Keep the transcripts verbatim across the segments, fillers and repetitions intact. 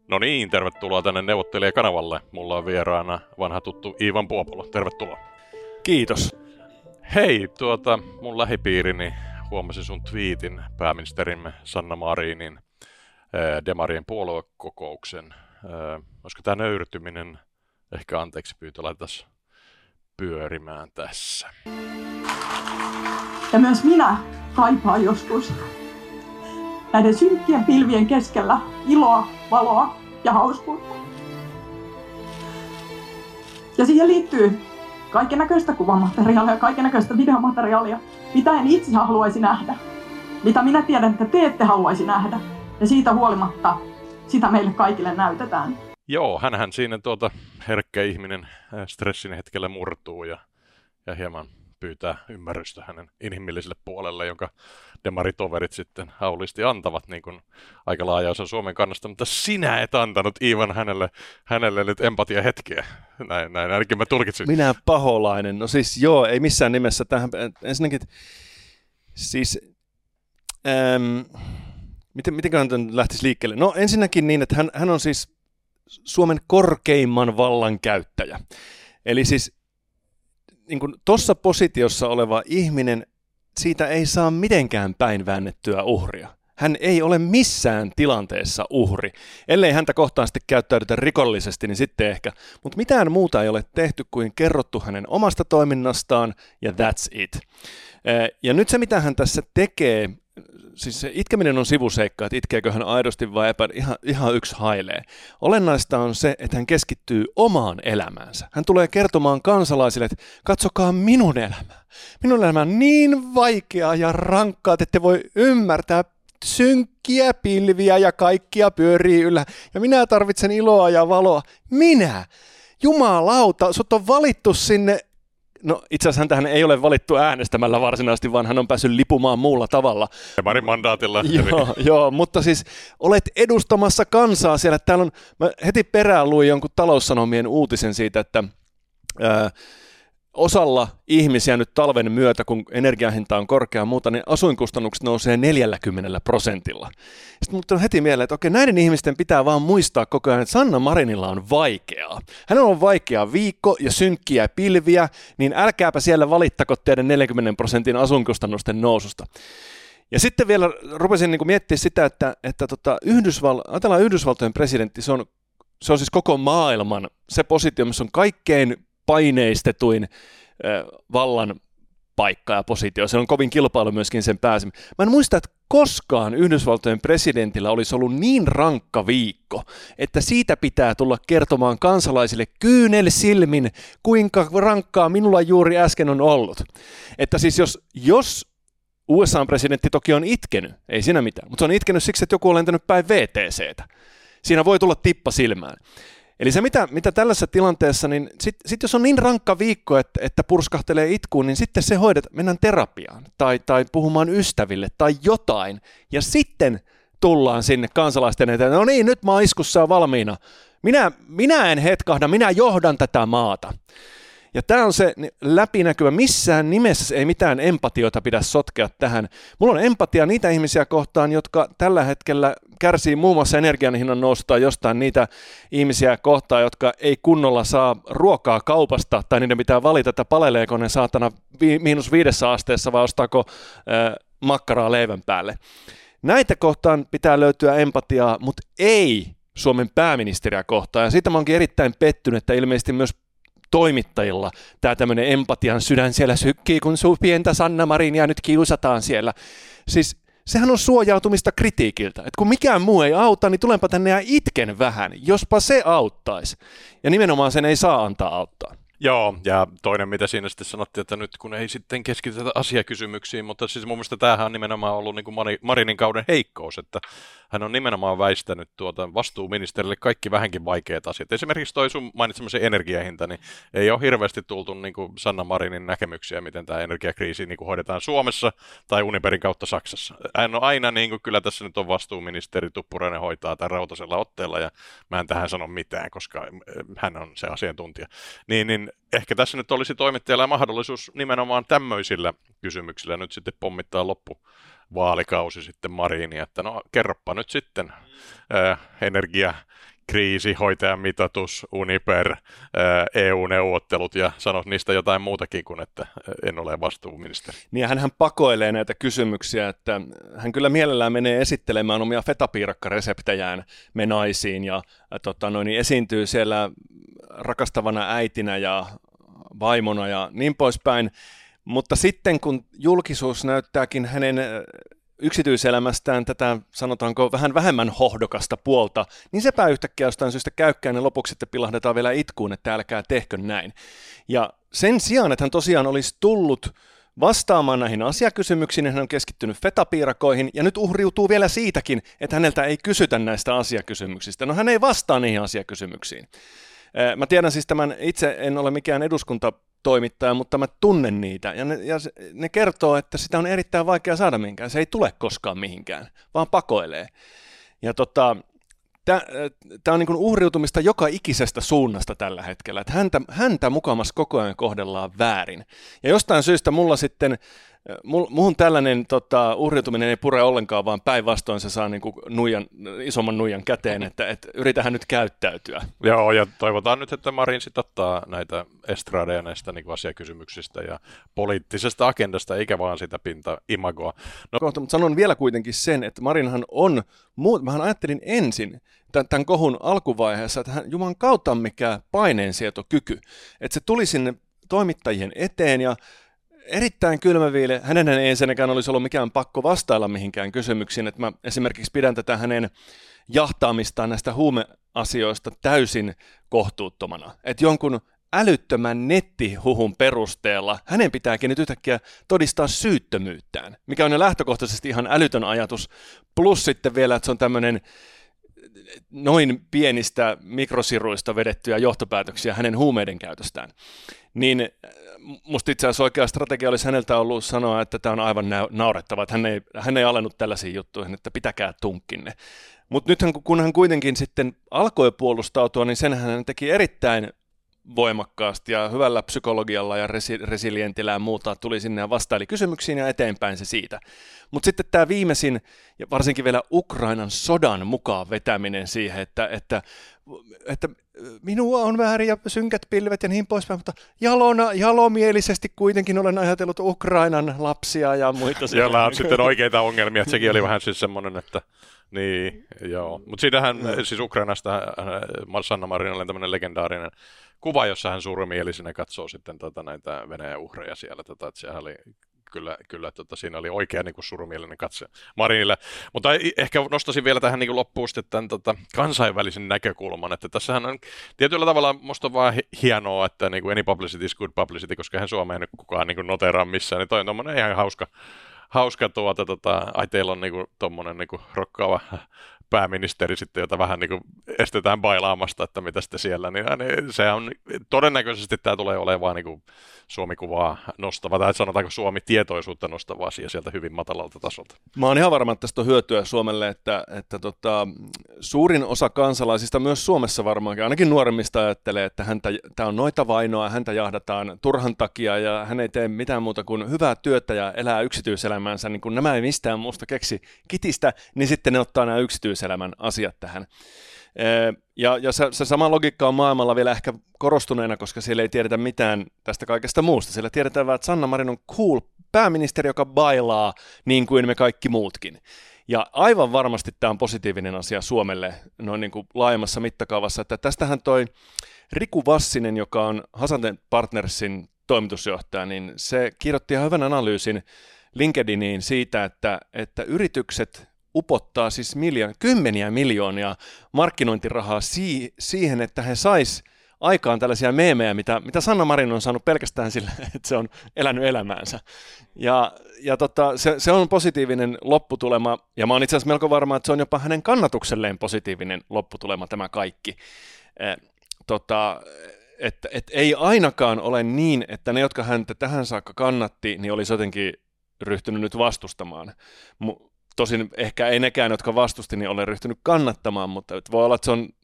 No niin, tervetuloa tänne neuvottelijakanavalle. Mulla on vieraana vanha tuttu Iivan Puopolo. Tervetuloa. Kiitos. Hei, tuota, mun lähipiirini huomasi sun twiitin pääministerimme Sanna Marinin äh, Demarien puoluekokouksen. Äh, olisiko tämä nöyrtyminen, ehkä anteeksi pyytö, laitetaan pyörimään tässä. Ja myös minä kaipaan joskus näiden synkkien pilvien keskellä iloa, valoa ja hauskuutta. Ja siihen liittyy kaikennäköistä kuvamateriaalia ja kaikennäköistä videomateriaalia, mitä en itse haluaisi nähdä. Mitä minä tiedän, että te ette haluaisi nähdä. Ja siitä huolimatta sitä meille kaikille näytetään. Joo, hänhän siinä tuota herkkä ihminen stressin hetkellä murtuu ja, ja hieman pyytää ymmärrystä hänen inhimilliselle puolelle, jonka demaritoverit sitten haulisti antavat niin kuin aika laaja osa Suomen kannasta, mutta sinä et antanut Iivan hänelle, hänelle nyt empatiahetkiä. Näin, näin ainakin mä tulkitsin. Minä paholainen. No siis joo, ei missään nimessä tähän. Ensinnäkin, siis, äm, miten, mitenköhän tämän lähtisi liikkeelle? No ensinnäkin niin, että hän, hän on siis Suomen korkeimman vallan käyttäjä. Eli siis niin kuin tuossa positiossa oleva ihminen, siitä ei saa mitenkään päin väännettyä uhria. Hän ei ole missään tilanteessa uhri. Ellei häntä kohtaan sitten käyttäydytä rikollisesti, niin sitten ehkä. Mutta mitään muuta ei ole tehty kuin kerrottu hänen omasta toiminnastaan, ja that's it. Ja nyt se, mitä hän tässä tekee, siis se itkeminen on sivuseikka, että itkeekö hän aidosti vai epä, ihan, ihan yksi hailee. Olennaista on se, että hän keskittyy omaan elämäänsä. Hän tulee kertomaan kansalaisille, että katsokaa minun elämää. Minun elämä on niin vaikeaa ja rankkaa, että ette voi ymmärtää synkkiä pilviä ja kaikkia pyörii yllä. Ja minä tarvitsen iloa ja valoa. Minä! Jumalauta, sut on valittu sinne. No itse asiassa häntähän ei ole valittu äänestämällä varsinaisesti, vaan hän on päässyt lipumaan muulla tavalla. Demarin mandaatilla. Joo, joo, mutta siis olet edustamassa kansaa siellä. Täällä on, mä heti perään luin jonkun Taloussanomien uutisen siitä, että ää, osalla ihmisiä nyt talven myötä, kun energiahinta on korkea ja muuta, niin asuinkustannukset nousee neljälläkymmenellä prosentilla. Sitten mut on heti mieleen, että okei, näiden ihmisten pitää vaan muistaa koko ajan, että Sanna Marinilla on vaikeaa. Hänellä on vaikea viikko ja synkkiä pilviä, niin älkääpä siellä valittako teidän neljänkymmenen prosentin asuinkustannusten noususta. Ja sitten vielä rupesin niin kuin miettimään sitä, että, että tota Yhdysval- ajatellaan Yhdysvaltojen presidentti, se on, se on siis koko maailman se positio, missä on kaikkein paineistetuin äh, vallan paikka ja positio. Se on kovin kilpailu myöskin sen pääseminen. Mä en muista, että koskaan Yhdysvaltojen presidentillä olisi ollut niin rankka viikko, että siitä pitää tulla kertomaan kansalaisille kyynel silmin, kuinka rankkaa minulla juuri äsken on ollut. Että siis jos, jos U S A-presidentti toki on itkenyt, ei siinä mitään, mutta se on itkenyt siksi, että joku on lentänyt päin V T C:tä. Siinä voi tulla tippa silmään. Eli se, mitä, mitä tällaisessa tilanteessa, niin sitten sit jos on niin rankka viikko, että, että purskahtelee itkuun, niin sitten se hoidet, mennään terapiaan tai, tai puhumaan ystäville tai jotain. Ja sitten tullaan sinne kansalaisten eteen, no niin, nyt mä oon iskussa valmiina. Minä, minä en hetkahda, minä johdan tätä maata. Ja tämä on se läpinäkyvä, missään nimessä ei mitään empatiota pidä sotkea tähän. Mulla on empatia niitä ihmisiä kohtaan, jotka tällä hetkellä kärsii muun muassa energian hinnan noususta jostain, niitä ihmisiä kohtaan, jotka ei kunnolla saa ruokaa kaupasta, tai niiden pitää valita, että paleleeko ne saatana vi- miinus viidessä asteessa vai ostaako äh, makkaraa leivän päälle. Näitä kohtaan pitää löytyä empatiaa, mutta ei Suomen pääministeriä kohtaan. Ja siitä mä oonkin erittäin pettynyt, että ilmeisesti myös toimittajilla tämä tämmöinen empatian sydän siellä sykkii, kun suu pientä Sanna Marinia nyt kiusataan siellä. Siis sehän on suojautumista kritiikiltä. Et kun mikään muu ei auta, niin tulenpa tänne ja itken vähän, jospa se auttaisi. Ja nimenomaan sen ei saa antaa auttaa. Joo, ja toinen mitä siinä sitten sanottiin, että nyt kun ei sitten keskitytä asiakysymyksiin, mutta siis mun mielestä tämähän on nimenomaan ollut niin kuin Marinin kauden heikkous, että hän on nimenomaan väistänyt tuota vastuuministerille kaikki vähänkin vaikeat asiat. Esimerkiksi toi sun mainitsemasi energiahinta, niin ei ole hirveästi tultu niin kuin Sanna Marinin näkemyksiä, miten tämä energiakriisi niin kuin hoidetaan Suomessa tai Uniperin kautta Saksassa. Hän on aina, niin kuin kyllä tässä nyt on vastuuministeri Tuppurainen hoitaa tämän rautasella otteella, ja mä en tähän sano mitään, koska hän on se asiantuntija. Niin, niin ehkä tässä nyt olisi toimittajalla mahdollisuus nimenomaan tämmöisillä kysymyksillä nyt sitten pommittaa loppuvaalikausi sitten Marinia, että no kerropa nyt sitten ää, energia kriisi, hoitajamitoitus, Uniper, E U-neuvottelut ja sanot niistä jotain muutakin kuin, että en ole vastuuministeri. Niin ja hänhän pakoilee näitä kysymyksiä, että hän kyllä mielellään menee esittelemään omia fetapiirakkareseptejään me naisiin ja tota, noin, niin esiintyy siellä rakastavana äitinä ja vaimona ja niin poispäin, mutta sitten kun julkisuus näyttääkin hänen yksityiselämästään tätä, sanotaanko, vähän vähemmän hohdokasta puolta, niin sepä yhtäkkiä jostain syystä käykkään ja lopuksi sitten pilahdetaan vielä itkuun, että älkää tehkö näin. Ja sen sijaan, että hän tosiaan olisi tullut vastaamaan näihin asiakysymyksiin, hän on keskittynyt fetapiirakoihin, ja nyt uhriutuu vielä siitäkin, että häneltä ei kysytä näistä asiakysymyksistä. No hän ei vastaa niihin asiakysymyksiin. Mä tiedän siis tämän, itse en ole mikään eduskuntatoimittaja, mutta mä tunnen niitä, ja ne, ja ne kertoo, että sitä on erittäin vaikea saada mihinkään. Se ei tule koskaan mihinkään, vaan pakoilee. Ja tota, tämä on niin kuin uhriutumista joka ikisestä suunnasta tällä hetkellä, että häntä, häntä mukamas koko ajan kohdellaan väärin. Ja jostain syystä mulla sitten, muuhun tällainen tota, uhriutuminen ei pure ollenkaan, vaan päinvastoin se saa niin kuin nuijan, isomman nuijan käteen, että, että yritähän nyt käyttäytyä. Joo, ja toivotaan nyt, että Marin sitten ottaa näitä estradeja näistä niin kuin asiakysymyksistä ja poliittisesta agendasta, eikä vaan sitä pinta-imagoa. No, kohta, mutta sanon vielä kuitenkin sen, että Marinhan on, muut, mähän ajattelin ensin, tämän kohun alkuvaiheessa, että hän, Juman kautta on mikä paineensietokyky, että se tuli sinne toimittajien eteen ja erittäin kylmäviile, hänen ei ensinnäkään olisi ollut mikään pakko vastailla mihinkään kysymyksiin, että mä esimerkiksi pidän tätä hänen jahtaamistaan näistä huumeasioista täysin kohtuuttomana, että jonkun älyttömän nettihuhun perusteella hänen pitääkin nyt yhtäkkiä todistaa syyttömyyttään, mikä on jo lähtökohtaisesti ihan älytön ajatus, plus sitten vielä, että se on tämmöinen noin pienistä mikrosiruista vedettyjä johtopäätöksiä hänen huumeiden käytöstään, niin musta itse asiassa oikea strategia olisi häneltä ollut sanoa, että tämä on aivan naurettava, että hän ei, hän ei alennut tällaisiin juttuihin, että pitäkää tunkkinne. Mutta nythän kun hän kuitenkin sitten alkoi puolustautua, niin sen hän teki erittäin voimakkaasti ja hyvällä psykologialla ja resi- resilientillä ja muuta tuli sinne ja vastaili kysymyksiin ja eteenpäin se siitä. Mutta sitten tämä viimeisin ja varsinkin vielä Ukrainan sodan mukaan vetäminen siihen, että, että, että minua on väärin ja synkät pilvet ja niin poispäin, mutta jalona, jalomielisesti kuitenkin olen ajatellut Ukrainan lapsia ja muita. Joilla on sitten oikeita ongelmia, että sekin oli vähän siis semmoinen, että niin, joo. Mutta siitähän, mm. siis Ukrainasta Sanna Marin oli tämmöinen legendaarinen kuva, jossa hän surumielisenä katsoo sitten tota, näitä Venäjän uhreja siellä, tota, että sehän oli kyllä, kyllä tota, siinä oli oikea niin kuin surumielinen katse Marinille. Mutta ehkä nostaisin vielä tähän niin kuin loppuun sitten tämän tota, kansainvälisen näkökulman, että tässähän on tietyllä tavalla musta on vaan hienoa, että niin kuin any publicity is good publicity, koska eihän Suomeen nyt kukaan niin kuin noteraa missään, niin toi on tommoinen ihan hauska, hauska tuota, tota, ai teillä on niinku tommonen niinku rokkaava pääministeri sitten, jota vähän niinku estetään bailaamasta, että mitä sitten siellä, niin, niin se on, todennäköisesti tämä tulee olemaan niinku Suomi-kuvaa nostava, tai sanotaanko Suomi-tietoisuutta nostava asia sieltä hyvin matalalta tasolta. Mä oon ihan varma, että tästä on hyötyä Suomelle, että, että tota, suurin osa kansalaisista, myös Suomessa varmaankin, ainakin nuoremmista ajattelee, että tämä on noita vainoa, häntä jahdataan turhan takia ja hän ei tee mitään muuta kuin hyvää työtä ja elää yksityiselämänsä, niin kun nämä ei mistään muusta keksi kitistä, niin sitten ne ottaa nämä yksityiselämän asiat tähän. Ja, ja se, se sama logiikka on maailmalla vielä ehkä korostuneena, koska siellä ei tiedetä mitään tästä kaikesta muusta. Siellä tiedetään vaan, että Sanna Marin on cool pääministeri, joka bailaa niin kuin me kaikki muutkin. Ja aivan varmasti tämä on positiivinen asia Suomelle noin niin kuin laajemmassa mittakaavassa. Että tästähän toi Riku Vassinen, joka on Hasaten Partnersin toimitusjohtaja, niin se kirjoitti ihan hyvän analyysin LinkedIniin siitä, että, että yritykset upottaa siis miljoon, kymmeniä miljoonia markkinointirahaa si- siihen, että he sais aikaan tällaisia meemejä, mitä, mitä Sanna Marin on saanut pelkästään sillä, että se on elänyt elämäänsä. Ja, ja tota, se, se on positiivinen lopputulema, ja mä oon itse asiassa melko varma, että se on jopa hänen kannatukselleen positiivinen lopputulema tämä kaikki. Eh, tota, että et ei ainakaan ole niin, että ne, jotka häntä tähän saakka kannatti, niin olisi jotenkin ryhtynyt nyt vastustamaan. Mu- Tosin ehkä ei nekään, jotka vastusti, niin ole ryhtynyt kannattamaan, mutta voi olla, että se on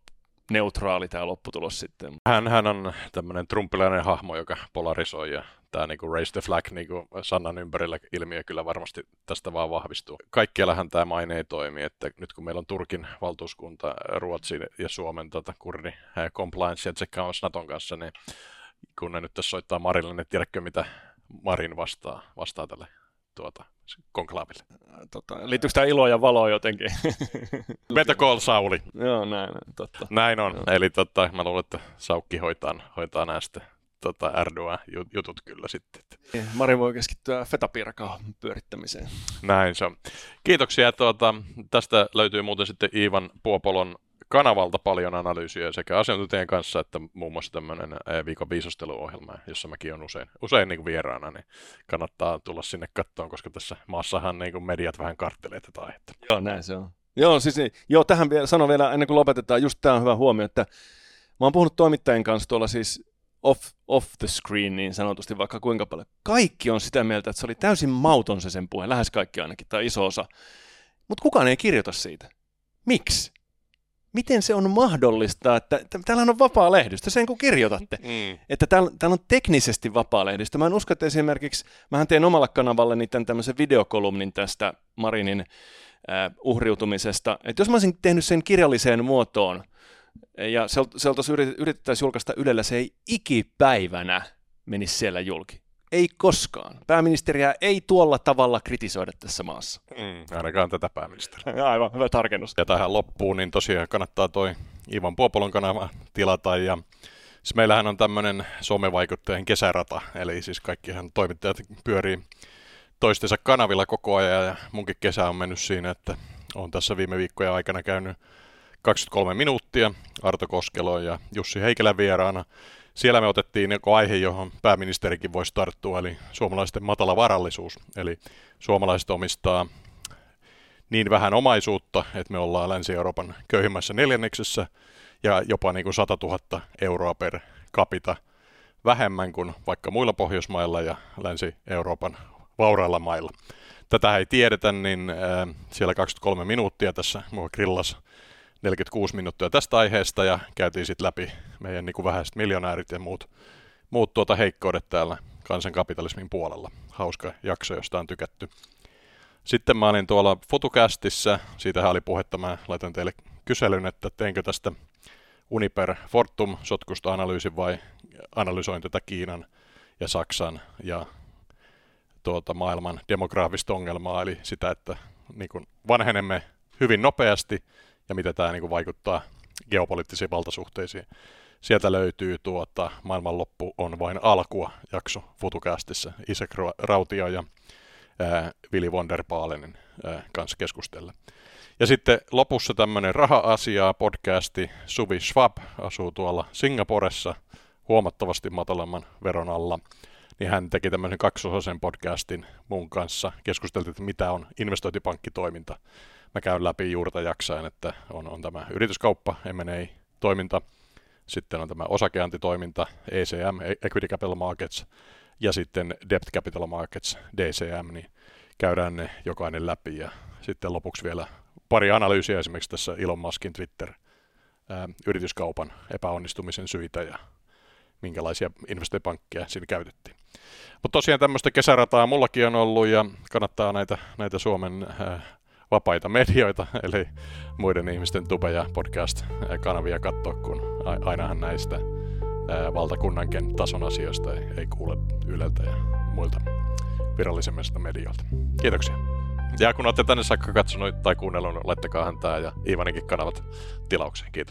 nettoneutraali tämä lopputulos sitten. Hän, hän on tämmöinen trumpilainen hahmo, joka polarisoi ja tämä niinku raise the flag niinku Sannan ympärillä ilmiö kyllä varmasti tästä vaan vahvistuu. Kaikkiallahan tämä maine ei toimi, että nyt kun meillä on Turkin valtuuskunta, Ruotsin ja Suomen tota, kurdi compliance ja tsekkaamassa Naton kanssa, niin kun ne nyt tässä soittaa Marille, niin tiedätkö mitä Marin vastaa, vastaa tälle tuota, konklaaville? Tota, liittyykö tämä ilo ja valo jotenkin? Better call Sauli. Joo, näin, totta. Näin on. Joo. Eli tota, mä luulen, että Saukki hoitaa, hoitaa nämä sitten tota, Erdogan-jutut kyllä sitten. Mari voi keskittyä fetapiirakan pyörittämiseen. Näin se on. Kiitoksia. Tuota, tästä löytyy muuten sitten Iivan Puopolon kanavalta paljon analyysiä sekä asiantuntijan kanssa, että muun muassa tämmöinen viikon viisasteluohjelma, jossa mäkin olen usein, usein niin kuin vieraana, niin kannattaa tulla sinne katsomaan, koska tässä maassahan niin kuin mediat vähän karttelee tätä aihetta. Joo, näin se on. Joo, siis niin, joo, tähän vielä, sanon vielä ennen kuin lopetetaan, just tämä on hyvä huomio, että mä oon puhunut toimittajien kanssa tuolla siis off, off the screen niin sanotusti vaikka kuinka paljon. Kaikki on sitä mieltä, että se oli täysin mauton se sen puhe, lähes kaikki ainakin, tai iso osa. Mutta kukaan ei kirjoita siitä. Miksi? Miten se on mahdollista, että täällähän on vapaa lehdistö, sen kun kirjoitatte, mm. että täällä, täällä on teknisesti vapaa lehdistö. Mä en usko, että esimerkiksi, mähän teen omalla kanavallani tämän tämmöisen videokolumnin tästä Marinin äh, uhriutumisesta, että jos mä olisin tehnyt sen kirjalliseen muotoon, ja se, se oltaisiin yrit, yritettäisiin julkaista Ylellä, se ei ikipäivänä menisi siellä julki. Ei koskaan. Pääministeriä ei tuolla tavalla kritisoida tässä maassa. Mm, ainakaan tätä pääministeriä. Aivan, hyvä tarkennus. Ja tähän loppuun, niin tosiaan kannattaa toi Iivan Puopolon kanava tilata. Ja siis meillähän on tämmöinen somevaikuttajien kesärata, eli siis kaikkihan toimittajat pyörii toistensa kanavilla koko ajan. Ja munkin kesä on mennyt siinä, että olen tässä viime viikkojen aikana käynyt kaksikymmentäkolme minuuttia Arto Koskelon ja Jussi Heikelän vieraana. Siellä me otettiin joku aihe, johon pääministerikin voisi tarttua, eli suomalaisten matala varallisuus. Eli suomalaiset omistaa niin vähän omaisuutta, että me ollaan Länsi-Euroopan köyhimmässä neljänneksessä ja jopa niin kuin sata tuhatta euroa per capita vähemmän kuin vaikka muilla Pohjoismailla ja Länsi-Euroopan vaurailla mailla. Tätä ei tiedetä, niin äh, siellä kaksikymmentäkolme minuuttia tässä mua grillas neljäkymmentäkuusi minuuttia tästä aiheesta ja käytiin sitten läpi meidän niin kuin vähäiset miljonäärit ja muut, muut tuota heikkoudet täällä kansankapitalismin puolella. Hauska jakso, josta on tykätty. Sitten mä olin tuolla FutuCastissa, siitähän oli puhetta, mä laitan teille kyselyn, että teenkö tästä Uniper Fortum sotkusta analyysin vai analysoin tätä Kiinan ja Saksan ja tuota maailman demograafista ongelmaa, eli sitä, että niin kuin vanhenemme hyvin nopeasti ja mitä tämä niin kuin vaikuttaa geopoliittisiin valtasuhteisiin. Sieltä löytyy tuota maailmanloppu on vain alkua jakso FutuCastissa Isek Rautio ja ää, Willy von der Baalenin ää, kanssa keskustella. Ja sitten lopussa tämmöinen raha-asiaa podcasti. Suvi Schwab asuu tuolla Singaporessa huomattavasti matalamman veron alla. Niin hän teki tämmöisen kaksiosaisen podcastin mun kanssa. Keskusteltiin, että mitä on investointipankkitoiminta. Mä käyn läpi juurta jaksain, että on, on tämä yrityskauppa, M and A-toiminta, sitten on tämä osakeantitoiminta, E C M, Equity Capital Markets, ja sitten Debt Capital Markets, D C M, niin käydään ne jokainen läpi. Ja sitten lopuksi vielä pari analyysiä esimerkiksi tässä Elon Muskin Twitter-yrityskaupan epäonnistumisen syitä ja minkälaisia investointipankkeja siinä käytettiin. Mutta tosiaan tämmöistä kesärataa mullakin on ollut ja kannattaa näitä, näitä Suomen äh, vapaita medioita, eli muiden ihmisten tube- ja podcast-kanavia katsoa, kun ainahan näistä ää, valtakunnankin tason asioista ei, ei kuule Yleltä ja muilta virallisemmista medioilta. Kiitoksia. Ja kun olette tänne saakka katsonut tai kuunnellut, laittakaahan tämä ja Iivaninkin kanavat tilaukseen. Kiitos.